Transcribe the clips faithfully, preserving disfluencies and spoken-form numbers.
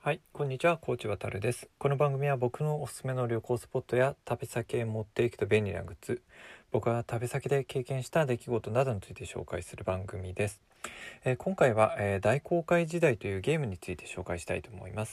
はい、こんにちは、コーチ渡るです。この番組は僕のおすすめの旅行スポットや旅先へ持っていくと便利なグッズ、僕が旅先で経験した出来事などについて紹介する番組です。えー今回は、えー大航海時代というゲームについて紹介したいと思います。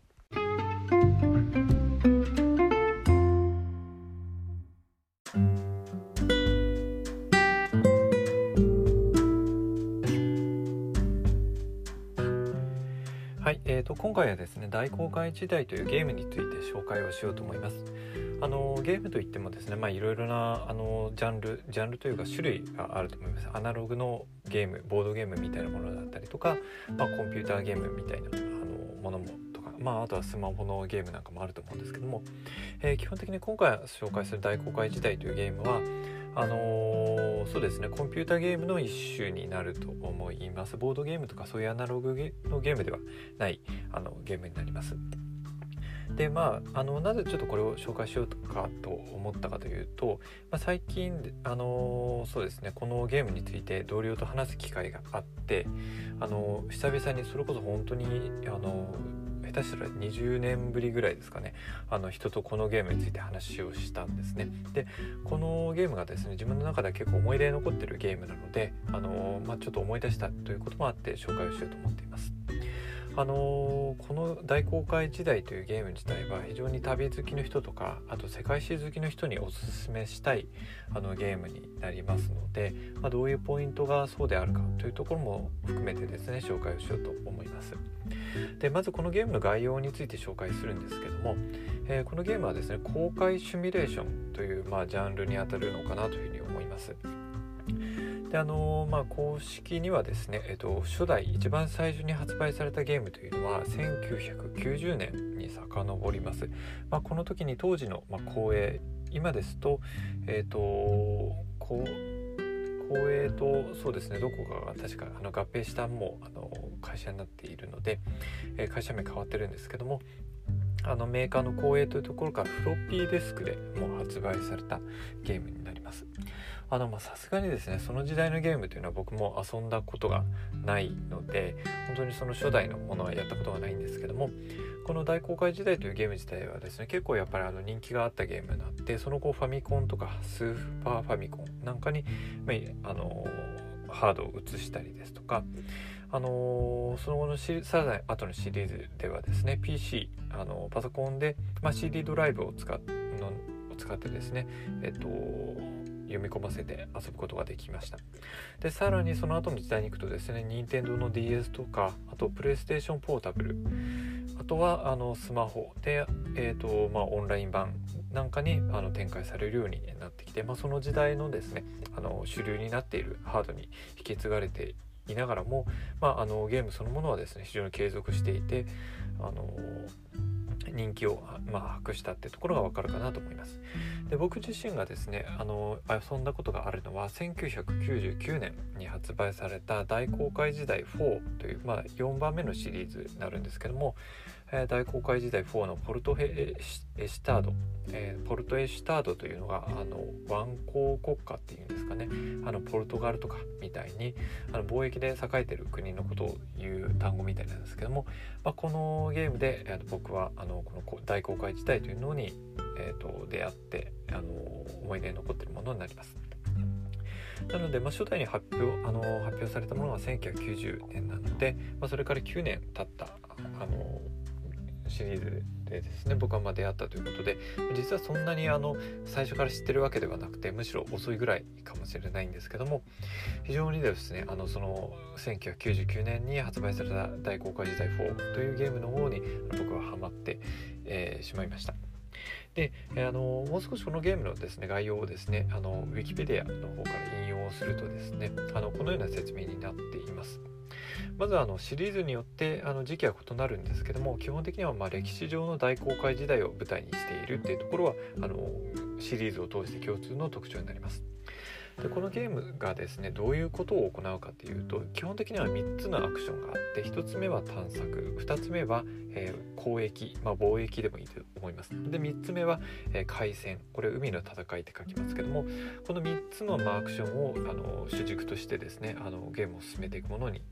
はい、えーと今回はですね、大航海時代というゲームについて紹介をしようと思います。あのゲームといってもですね、まあいろいろなあのジャンルジャンルというか種類があると思います。アナログのゲーム、ボードゲームみたいなものだったりとか、まあ、コンピューターゲームみたいなあのものもとか、まああとはスマホのゲームなんかもあると思うんですけども、えー基本的に今回紹介する大航海時代というゲームはあのーそうですねコンピューターゲームの一種になると思います。ボードゲームとかそういうアナログゲのゲームではないあのゲームになります。でまあ、あのなぜちょっとこれを紹介しようかと思ったかというと、まあ、最近あのそうですねこのゲームについて同僚と話す機会があって、あの久々にそれこそ本当にあの下手したらにじゅうねんぶりぐらいですかね、あの人とこのゲームについて話をしたんですね。でこのゲームがですね自分の中では結構思い出に残ってるゲームなので、あの、まあ、ちょっと思い出したということもあって紹介をしようと思っています。あのーこの大航海時代というゲーム自体は非常に旅好きの人とか、あと世界史好きの人におすすめしたいあのゲームになりますので、まあ、どういうポイントがそうであるかというところも含めてですね紹介をしようと思います。でまずこのゲームの概要について紹介するんですけども、えーこのゲームはですね航海シミュレーションという、まあ、ジャンルにあたるのかなというふうに思います。であのーまあ、公式にはですね、えっと、初代一番最初に発売されたゲームというのはせんきゅうひゃくきゅうじゅうねんに遡ります。まあ、この時に当時の、まあ、光栄、今ですと、えっと、こう光栄とそうですねどこかが確かあの合併したもうあの会社になっているので、えー会社名変わってるんですけども、あのメーカーの光栄というところからフロッピーディスクでもう発売されたゲームになります。あのまあさすがにですねその時代のゲームというのは僕も遊んだことがないので本当にその初代のものはやったことがないんですけども、この大航海時代というゲーム自体はですね結構やっぱりあの人気があったゲームになって、その後ファミコンとかスーパーファミコンなんかに、まあ、あのハードを移したりですとか、あのーその後のシさらに後のシリーズではですね ピーシー あのパソコンで、まあ、シーディー ドライブを使っのを使ってですねえっと読み込ませて遊ぶことができました。でさらにその後の時代に行くとですね任天堂の ディーエス とか、あとプレイステーションポータブル、あとはあのスマホで、えーとまあ、オンライン版なんかにあの展開されるようになってきて、まあ、その時代のですねあの主流になっているハードに引き継がれていながらも、まあ、あのゲームそのものはですね非常に継続していて、あの人気を、まあ、博したっていうところがわかるかなと思います。で僕自身がですねあの遊んだことがあるのはせんきゅうひゃくきゅうじゅうきゅうねんに発売された大航海時代フォーという、まあ、よんばんめのシリーズになるんですけども、えー大航海時代フォーのポルトエシュタード、えーポルトエシュタードというのがあの湾口国家っていうんですかね、あのポルトガルとかみたいにあの貿易で栄えてる国のことを言う単語みたいなんですけども、まあ、このゲームで、えー僕はあのこの大航海時代というのに、えー、と出会ってあの思い出に残っているものになります。なので、まあ、初代に発表あの発表されたものはせんきゅうひゃくきゅうじゅうねんなので、まあ、それからきゅうねん経ったあのシリーズでですね僕はまあ出会ったということで、実はそんなにあの最初から知ってるわけではなくて、むしろ遅いぐらいかもしれないんですけども、非常にですねあのそのせんきゅうひゃくきゅうじゅうきゅうねんに発売された大航海時代フォーというゲームの方に僕はハマって、えーしまいました。で、あのもう少しこのゲームのですね概要をですねあのウィキペディアの方から引用するとですね、あのこのような説明になっています。まずあのシリーズによってあの時期は異なるんですけども、基本的にはまあ歴史上の大航海時代を舞台にしているっていうところはあのシリーズを通して共通の特徴になります。でこのゲームがですねどういうことを行うかというと、基本的にはみっつのアクションがあって、ひとつめは探索、ふたつめは、えー交易、まあ、貿易でもいいと思います。でみっつめは、えー海戦、これ海の戦いって書きますけども、このみっつの、まあ、アクションをあの主軸としてですねあのゲームを進めていくものになって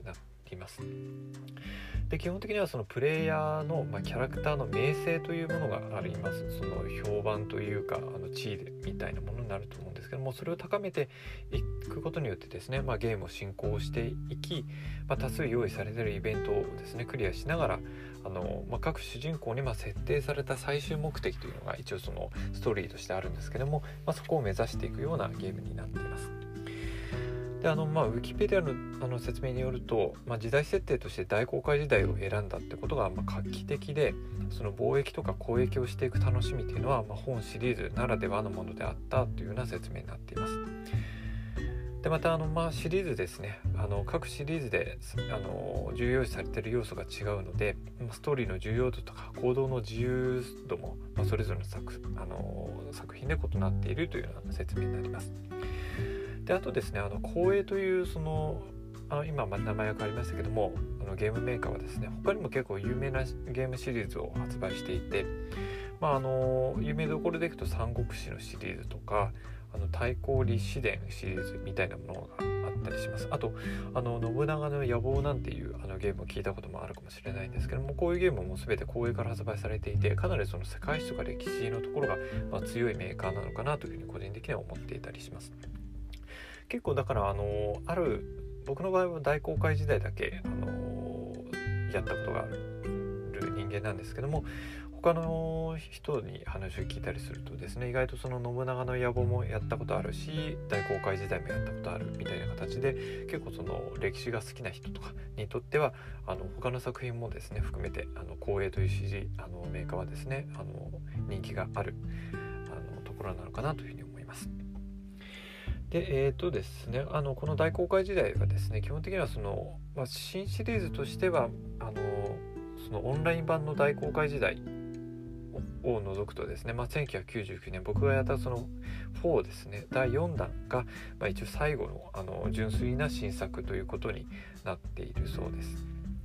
ります。で基本的にはそのプレイヤーの、まあ、キャラクターの名声というものがあります。その評判というかあの地位みたいなものになると思うんですけども、それを高めていくことによってですね、まあ、ゲームを進行していき、まあ、多数用意されているイベントをですねクリアしながらあの、まあ、各主人公にまあ設定された最終目的というのが一応そのストーリーとしてあるんですけども、まあ、そこを目指していくようなゲームになっています。であのまあ、ウィキペディア の, あの説明によると、まあ、時代設定として大航海時代を選んだってことがまあ画期的で、その貿易とか交易をしていく楽しみというのは、まあ、本シリーズならではのものであったというような説明になっています。でまたあの、まあ、シリーズですね、あの各シリーズであの重要視されている要素が違うので、ストーリーの重要度とか行動の自由度も、まあ、それぞれの 作, あの作品で異なっているというような説明になります。であとですね、あの光栄というそのあの今名前が変わりましたけども、あのゲームメーカーはですね、他にも結構有名なゲームシリーズを発売していて、まあ、あの有名どころでいくと三国志のシリーズとか、あの太閤立志伝シリーズみたいなものがあったりします。あとあの信長の野望なんていうあのゲームを聞いたこともあるかもしれないんですけども、こういうゲームも全て光栄から発売されていて、かなりその世界史とか歴史のところが、まあ、強いメーカーなのかなというふうに個人的には思っていたりします。結構だからあのある僕の場合は大航海時代だけあのやったことがある人間なんですけども、他の人に話を聞いたりするとですね、意外とその信長の野望もやったことあるし、大航海時代もやったことあるみたいな形で、結構その歴史が好きな人とかにとってはあの他の作品もですね含めて、あの光栄というシリあのメーカーはですね、あの人気があるあのところなのかなというふうに思います。でえーとですね、あのこの大航海時代はですね、基本的にはその、まあ、新シリーズとしてはあのそのオンライン版の大航海時代を除くとですね、まあ、せんきゅうひゃくきゅうじゅうきゅうねん僕がやったそのよんですね、だいよんだんが、まあ、一応最後 の, あの純粋な新作ということになっているそうです。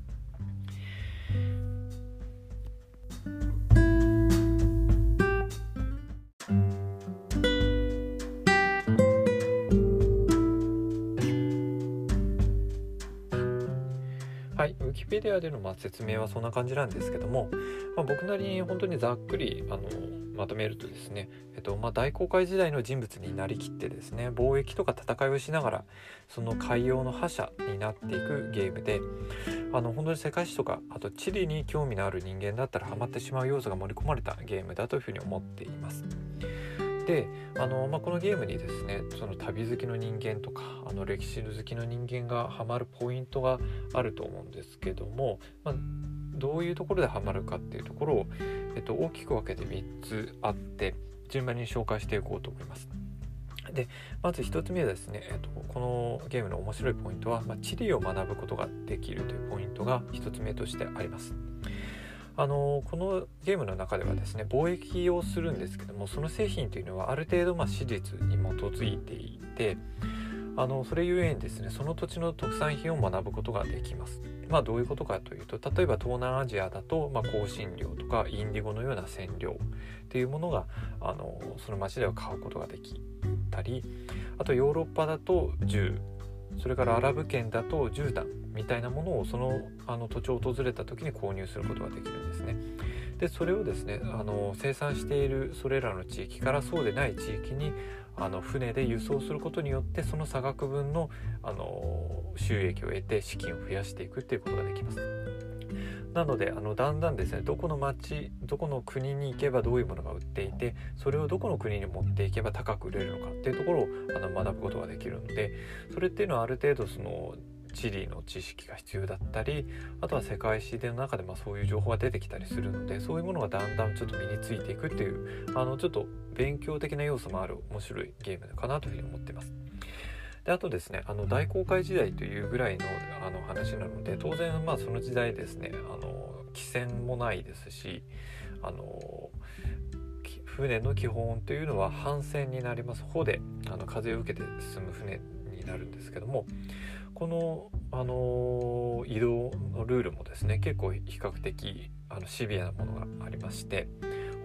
はい、ウィキペディアでのまあ説明はそんな感じなんですけども、まあ、僕なりに本当にざっくりあのまとめるとですね、えっとまあ、大航海時代の人物になりきってですね、貿易とか戦いをしながらその海洋の覇者になっていくゲームで、あの本当に世界史とかあと地理に興味のある人間だったらハマってしまう要素が盛り込まれたゲームだというふうに思っています。であの、まあ、このゲームにですね、その旅好きの人間とかあの歴史好きの人間がハマるポイントがあると思うんですけども、まあ、どういうところでハマるかっていうところを、えっと、大きく分けてみっつあって順番に紹介していこうと思います。でまずひとつめはですね、えっと、このゲームの面白いポイントは、まあ、地理を学ぶことができるというポイントがひとつめとしてあります。あのこのゲームの中ではですね、貿易をするんですけども、その製品というのはある程度まあ史実に基づいていて、あのそれゆえにですね、その土地の特産品を学ぶことができます。まあどういうことかというと、例えば東南アジアだと、まあ、香辛料とかインディゴのような染料っていうものがあのその町では買うことができたり、あとヨーロッパだと銃、それからアラブ圏だと絨毯みたいなものをその、あの土地を訪れた時に購入することができるんですね。でそれをですね、あの生産しているそれらの地域からそうでない地域にあの船で輸送することによって、その差額分の、あの収益を得て資金を増やしていくっていうことができます。なのであのだんだんですね、どこの町どこの国に行けばどういうものが売っていて、それをどこの国に持っていけば高く売れるのかっていうところをあの学ぶことができるので、それっていうのはある程度その地理の知識が必要だったり、あとは世界史の中でまあそういう情報が出てきたりするので、そういうものがだんだんちょっと身についていくっていう、あのちょっと勉強的な要素もある面白いゲームかなというふうに思っています。であとですね、あの大航海時代というぐらい の, あの話なので、当然まあその時代ですね、あの汽船もないですし、あの船の基本というのは帆船になります。帆であの風を受けて進む船になるんですけども、この、あの移動のルールもですね、結構比較的あのシビアなものがありまして、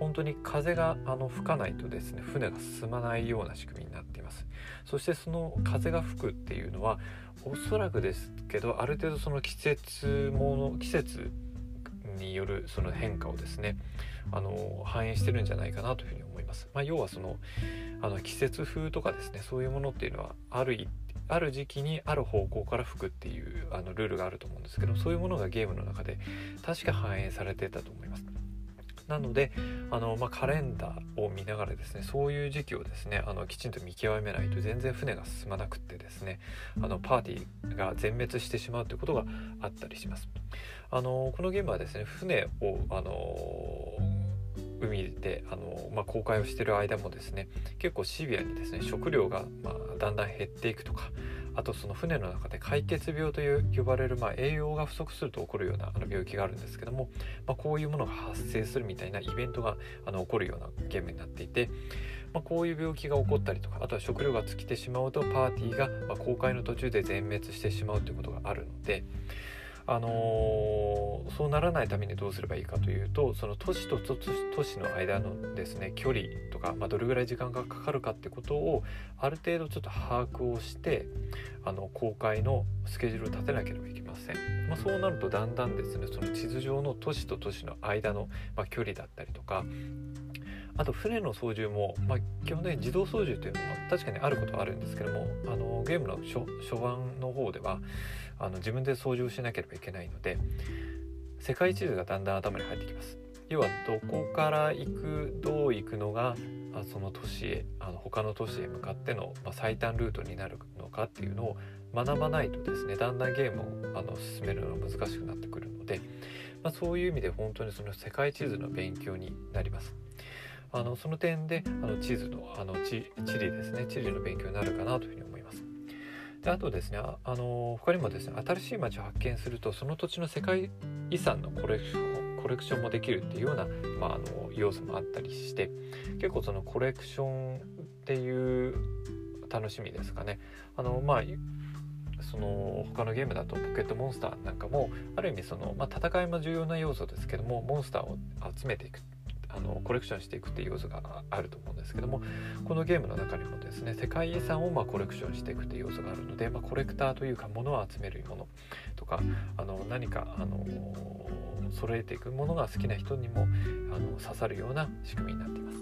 本当に風があの吹かないとですね船が進まないような仕組みになっています。そしてその風が吹くっていうのはおそらくですけどある程度その季節もの季節によるその変化をですねあの反映してるんじゃないかなというふうに思います。まあ、要はそのあの季節風とかですねそういうものっていうのはあるある時期にある方向から吹くっていうあのルールがあると思うんですけど、そういうものがゲームの中で確か反映されてたと思います。なのであの、まあ、カレンダーを見ながらですねそういう時期をですねあのきちんと見極めないと全然船が進まなくってですねあのパーティーが全滅してしまうということがあったりします。あのこのゲームはですね船をあの海であの、まあ、航海をしている間もですね結構シビアにですね食料が、まあ、だんだん減っていくとか、あとその船の中で解決病という呼ばれる、まあ、栄養が不足すると起こるようなあの病気があるんですけども、まあ、こういうものが発生するみたいなイベントがあの起こるようなゲームになっていて、まあ、こういう病気が起こったりとか、あとは食料が尽きてしまうとパーティーが、まあ、航海の途中で全滅してしまうということがあるので、あのー、そうならないためにどうすればいいかというと、その都市と都市の間のですね距離とか、まあ、どれぐらい時間がかかるかってことをある程度ちょっと把握をしてあの航海のスケジュールを立てなければいけません。まあ、そうなるとだんだんですねその地図上の都市と都市の間の、まあ、距離だったりとか、あと船の操縦も、まあ、基本的に自動操縦というのも確かにあることはあるんですけども、あのゲームの 初, 初版の方ではあの自分で操縦しなければいけないので世界地図がだんだん頭に入ってきます。要はどこから行くどう行くのがその都市へあの他の都市へ向かっての、まあ、最短ルートになるのかっていうのを学ばないとですねだんだんゲームをあの進めるのが難しくなってくるので、まあ、そういう意味で本当にその世界地図の勉強になります。あのその点であの地図のあの 地, 地理ですね地理の勉強になるかなというふうに思います。であとですね あ, あの他にもですね新しい街を発見するとその土地の世界遺産のコレクションコレクションもできるっていうような、まあ、あの要素もあったりして結構そのコレクションっていう楽しみですかね。あのまあその他のゲームだとポケットモンスターなんかもある意味その、まあ、戦いも重要な要素ですけどもモンスターを集めていくあのコレクションしていくっていう要素があると思うんですけども、このゲームの中にもですね世界遺産をまあコレクションしていくっていう要素があるので、まあ、コレクターというか物を集めるものとかあの何かあの揃えていくものが好きな人にもあの刺さるような仕組みになっています。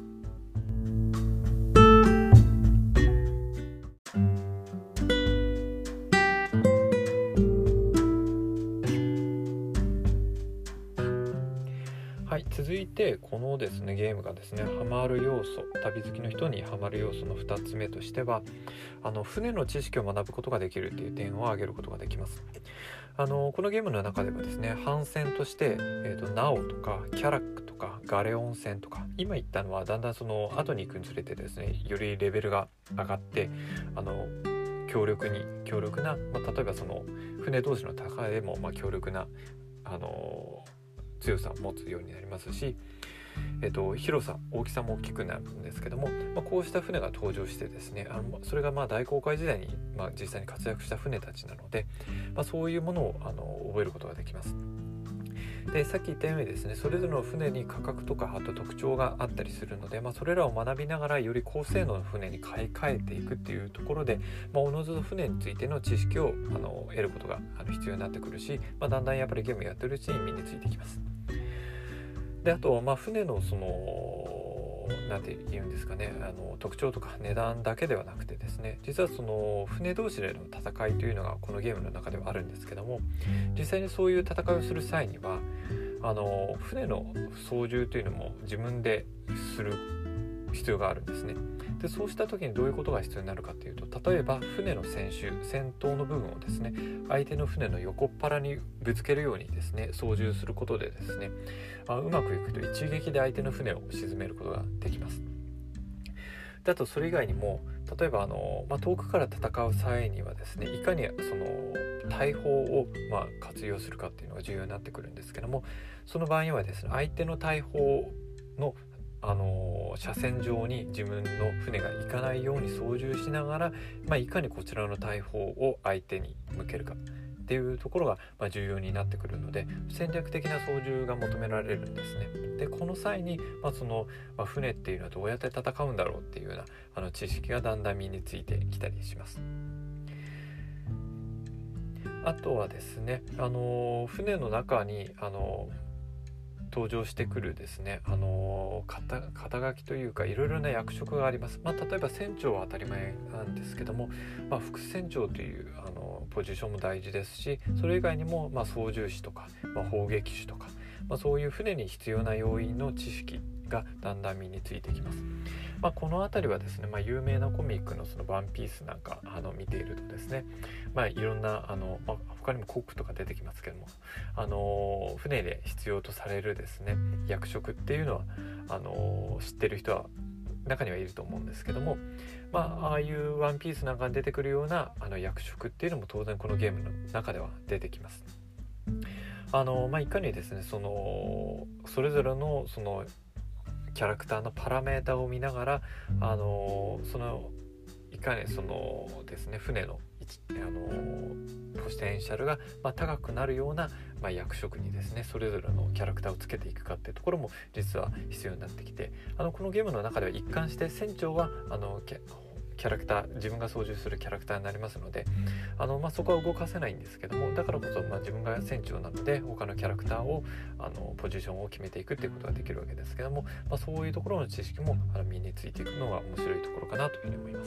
はい、続いてこのですねゲームがですねハマる要素、旅好きの人にハマる要素のふたつめとしてはあの船の知識を学ぶことができるっていう点を挙げることができます。あのこのゲームの中ではですね帆船として、えーと、ナオとかキャラックとかガレオン船とか今言ったのはだんだんその後に行くにつれてですねよりレベルが上がってあの強力に強力な、まあ、例えばその船同士の戦いでもまあ強力なあの強さを持つようになりますし、えっと、広さ大きさも大きくなるんですけども、まあ、こうした船が登場してですねあのそれがまあ大航海時代に、まあ、実際に活躍した船たちなので、まあ、そういうものをあの覚えることができます。でさっき言ったようにですねそれぞれの船に価格とかあと特徴があったりするので、まあ、それらを学びながらより高性能の船に買い替えていくっていうところで、まあ、おのずと船についての知識をあの得ることがあの必要になってくるし、まあ、だんだんやっぱりゲームやってるうちに身についてきます。であと、まあ、船のそのなんて言うんですかねあの特徴とか値段だけではなくてですね実はその船同士での戦いというのがこのゲームの中ではあるんですけども、実際にそういう戦いをする際にはあの船の操縦というのも自分でする必要があるんですね。でそうした時にどういうことが必要になるかというと、例えば船の船首先頭の部分をですね相手の船の横っ腹にぶつけるようにですね操縦することでですねあうまくいくと一撃で相手の船を沈めることができます。であとそれ以外にも例えばあの、まあ、遠くから戦う際にはですねいかにその大砲を、まあ、活用するかっていうのが重要になってくるんですけども、その場合にはですね相手の大砲のあの車線上に自分の船が行かないように操縦しながら、まあ、いかにこちらの大砲を相手に向けるかっていうところが、まあ、重要になってくるので、戦略的な操縦が求められるんですね。でこの際に、まあそのまあ、船っていうのはどうやって戦うんだろうっていうようなあの知識がだんだん身についてきたりします。あとはですね、あの船の中にあの登場してくるですね、あの 肩, 肩書きというかいろいろな役職があります。まあ、例えば船長は当たり前なんですけども、まあ、副船長というあのポジションも大事ですし、それ以外にも、まあ、操縦士とか、まあ、砲撃手とか、まあ、そういう船に必要な要員の知識がだんだん身についてきます。まあ、このあたりはですね、まあ、有名なコミックのそのワンピースなんかあの見ているとですね、まあ、いろんなあの、まあ、他にもコックとか出てきますけども、あの船で必要とされるですね役職っていうのはあの知ってる人は中にはいると思うんですけども、まあ、ああいうワンピースなんかに出てくるようなあの役職っていうのも当然このゲームの中では出てきます。あの、まあ、いかにですねそのそれぞれのそのキャラクターのパラメータを見ながら、あのそのいかにそのですね船のあのポテンシャルが、まあ、高くなるような、まあ、役職にですねそれぞれのキャラクターをつけていくかっていうところも実は必要になってきて、あのこのゲームの中では一貫して船長はあのキャキャラクター自分が操縦するキャラクターになりますので、あの、まあ、そこは動かせないんですけども、だからこそ、まあ、自分が船長なので他のキャラクターをあのポジションを決めていくっていうことができるわけですけども、まあ、そういうところの知識もあの身についていくのが面白いところかなというふうに思います。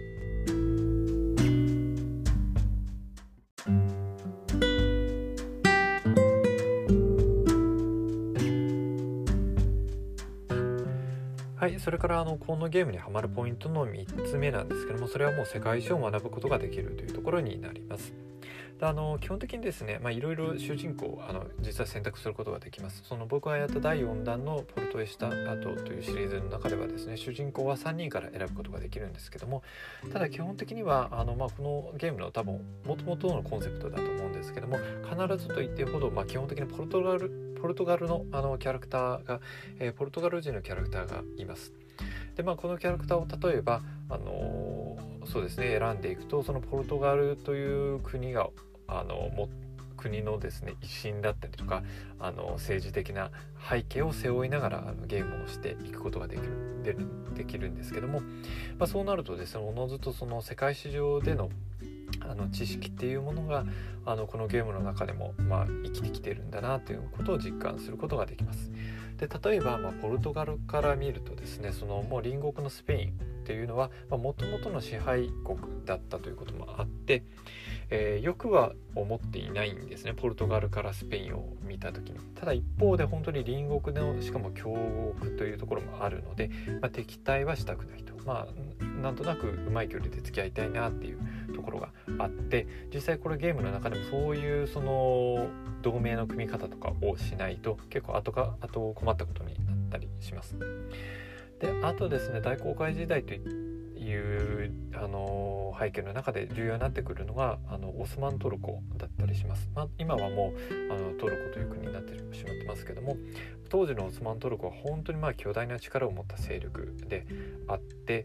はい、それからあのこのゲームにハマるポイントのみっつめなんですけども、それはもう世界史を学ぶことができるというところになります。であの基本的にですね、まあ、いろいろ主人公をあの実は選択することができます。その僕がやっただいよんだんのポルトエシタアトというシリーズの中ではですね、主人公はさんにんから選ぶことができるんですけども、ただ基本的にはあの、まあ、このゲームの多分元々のコンセプトだと思うんですけども、必ずと言ってほど、まあ、基本的にポルトガルポルトガルの、あのキャラクターが、えー、ポルトガル人のキャラクターがいます。で、まあ、このキャラクターを例えば、あのー、そうですね選んでいくと、そのポルトガルという国があのも国のですね威信だったりとか、あの政治的な背景を背負いながらあのゲームをしていくことができる、でるできるんですけども、まあ、そうなるとですね、おのずとその世界史上でのあの知識っていうものがあのこのゲームの中でも、まあ、生きてきてるんだなということを実感することができます。で例えば、まあ、ポルトガルから見るとですね、そのもう隣国のスペインっていうのはもともとの支配国だったということもあって、えー、よくは思っていないんですね、ポルトガルからスペインを見た時に。ただ一方で本当に隣国のしかも強国というところもあるので、まあ、敵対はしたくないと、まあなんとなくうまい距離で付き合いたいなっていうところがあって、実際これゲームの中でもそういうその同盟の組み方とかをしないと結構後が後困ったことになったりします。であとですね、大航海時代というあの背景の中で重要になってくるのがあのオスマントルコだったりします。まあ、今はもうあのトルコという国になってしまってますけども、当時のオスマントルコは本当にまあ巨大な力を持った勢力であって、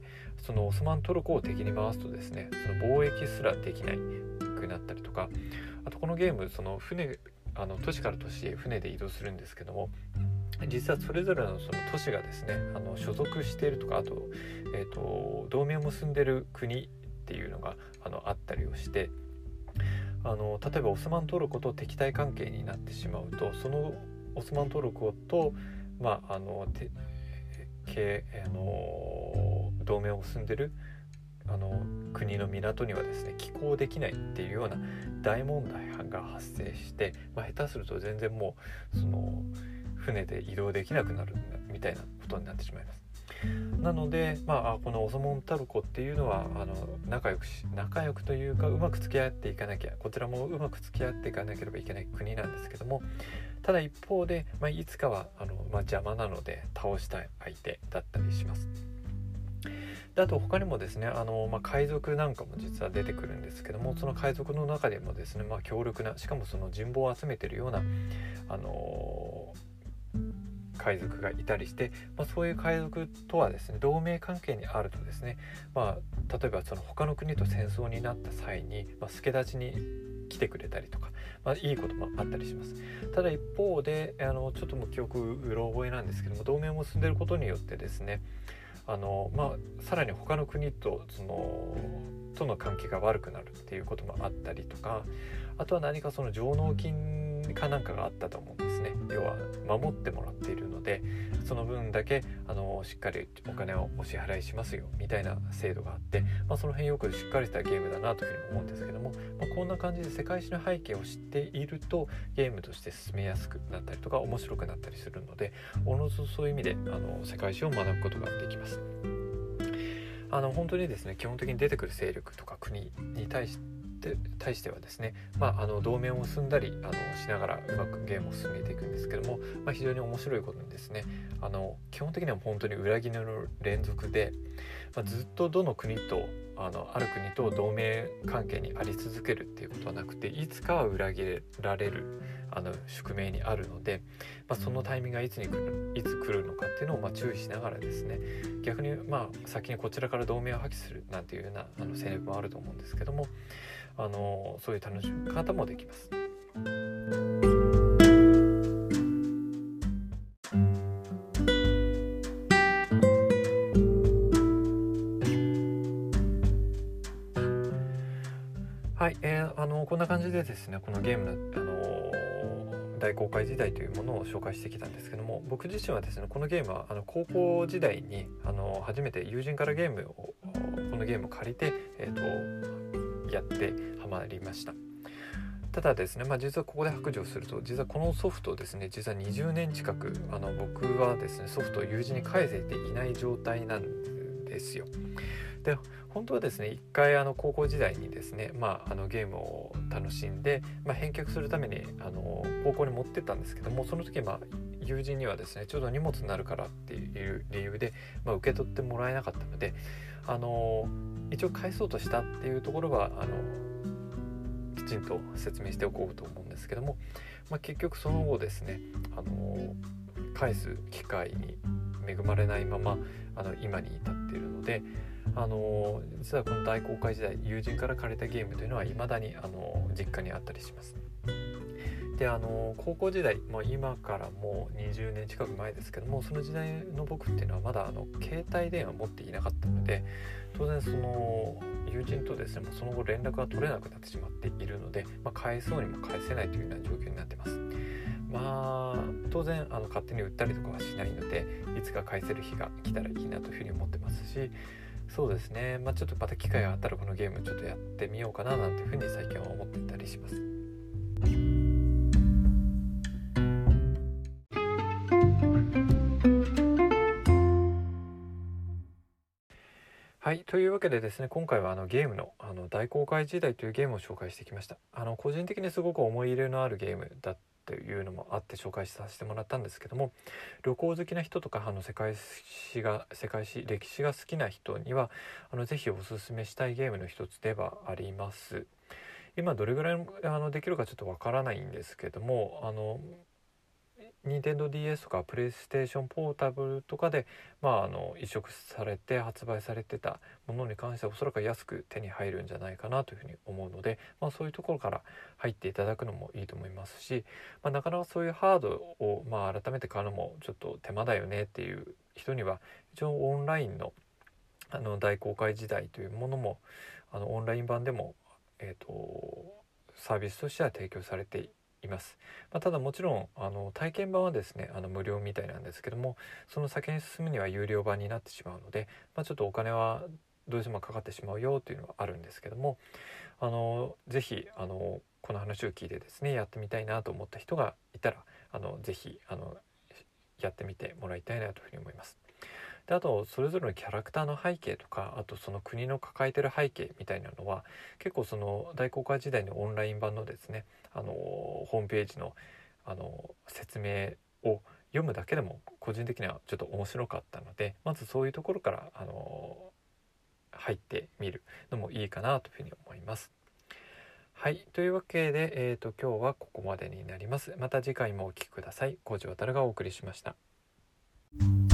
そのオスマントルコを敵に回すとですね、その貿易すらできなくなったりとか、あとこのゲームその船あの都市から都市へ船で移動するんですけども、実はそれぞれのその都市がですね、あの所属しているとか、あと、えーと、同盟を結んでいる国っていうのがあのあったりをして、あの例えばオスマントルコと敵対関係になってしまうと、そのオスマントルコと、まあ、あのてけあの同盟を結んでいるあの国の港にはですね寄港できないっていうような大問題が発生して、まあ、下手すると全然もうその船で移動できなくなるみたいなことになってしまいます。なので、まあ、このオスマントルコっていうのはあの仲良くし仲良くというかうまく付き合っていかなきゃ、こちらもうまく付き合っていかなければいけない国なんですけども、ただ一方で、まあ、いつかはあの、まあ、邪魔なので倒したい相手だったりします。であと他にもですね、あの、まあ、海賊なんかも実は出てくるんですけども、その海賊の中でもですね、まあ、強力な、しかもその人望を集めているようなあの海賊がいたりして、まあ、そういう海賊とはですね同盟関係にあるとですね、まあ、例えばその他の国と戦争になった際に、まあ、助太刀に来てくれたりとか、まあ、いいこともあったりします。ただ一方であのちょっともう記憶うろ覚えなんですけども、同盟を結んでいることによってですね、あの、まあ、さらに他の国とそのとの関係が悪くなるっていうこともあったりとか、あとは何かその上納金かなんかがあったと思うんですね。要は守ってもらっているので、その分だけあのしっかりお金をお支払いしますよみたいな制度があって、まあ、その辺よくしっかりしたゲームだなというふうに思うんですけども、まあ、こんな感じで世界史の背景を知っているとゲームとして進めやすくなったりとか面白くなったりするので、おのずそういう意味であの世界史を学ぶことができます。あの本当にですね、基本的に出てくる勢力とか国に対して対してはですね、まあ、あの同盟を結んだりあのしながらうまくゲームを進めていくんですけども、まあ、非常に面白いことにですね、あの基本的には本当に裏切りの連続で、まあ、ずっとどの国とあのある国と同盟関係にあり続けるっていうことはなくて、いつかは裏切られるあの宿命にあるので、まあ、そのタイミングがいつに来るいつ来るのかっていうのをまあ注意しながらですね、逆にまあ先にこちらから同盟を破棄するなんていうようなあの戦略もあると思うんですけども、あのそういう楽しみ方もできます。はい、えー、あのこんな感じでですね、このゲームの、あのー、大航海時代というものを紹介してきたんですけども、僕自身はですね、このゲームはあの高校時代にあの初めて友人からゲームをこのゲームを借りて、えー、とやってハマりました。ただですね、まあ、実はここで白状すると、実はこのソフトをですね、実はにじゅうねん近くあの僕はですねソフトを友人に返せていない状態なんですよ。で本当はですね、一回あの高校時代にですね、まあ、あのゲームを楽しんで、まあ、返却するためにあの高校に持ってったんですけども、その時、まあ、友人にはですねちょうど荷物になるからっていう理由で、まあ、受け取ってもらえなかったので、あの一応返そうとしたっていうところはあのきちんと説明しておこうと思うんですけども、まあ、結局その後ですね、あの返す機会に恵まれないままあの今に至っているので、あの実はこの大航海時代友人から借りたゲームというのは未だにあの実家にあったりします。であの高校時代、まあ、今からもうにじゅうねん近く前ですけども、その時代の僕っていうのはまだあの携帯電話を持っていなかったので、当然その友人とですねもうその後連絡が取れなくなってしまっているので、まあ、返そうにも返せないというような状況になってます。まあ当然あの勝手に売ったりとかはしないので、いつか返せる日が来たらいいなというふうに思ってますし、そうですね、まあ、ちょっとまた機会があったらこのゲームちょっとやってみようかななんていうふうに最近は思ってたりします。はい、というわけでですね、今回はあのゲームのあの大航海時代というゲームを紹介してきました。あの個人的にすごく思い入れのあるゲームだというのもあって紹介させてもらったんですけども、旅行好きな人とかあの世界史が世界史歴史が好きな人にはあのぜひおすすめしたいゲームの一つではあります。今どれぐらいあのできるかちょっとわからないんですけども、あのニンテンドーディーエス とかプレイステーションポータブルとかで、まあ、あの移植されて発売されてたものに関してはおそらく安く手に入るんじゃないかなというふうに思うので、まあ、そういうところから入っていただくのもいいと思いますし、まあ、なかなかそういうハードを、まあ、改めて買うのもちょっと手間だよねっていう人には、一応オンラインの、あの大公開時代というものもあのオンライン版でも、えーと、サービスとしては提供されていますいます。まあ、ただもちろんあの体験版はですねあの無料みたいなんですけども、その先に進むには有料版になってしまうので、まあ、ちょっとお金はどうしてもかかってしまうよというのはあるんですけども、あのぜひあのこの話を聞いてですねやってみたいなと思った人がいたら、あのぜひあのやってみてもらいたいなというふうに思います。であとそれぞれのキャラクターの背景とか、あとその国の抱えてる背景みたいなのは結構その大航海時代のオンライン版のですねあのホームページのあの説明を読むだけでも個人的にはちょっと面白かったので、まずそういうところからあの入ってみるのもいいかなというふうに思います。はい、というわけで、えーと、今日はここまでになります。また次回もお聞きください。コージワタルがお送りしました。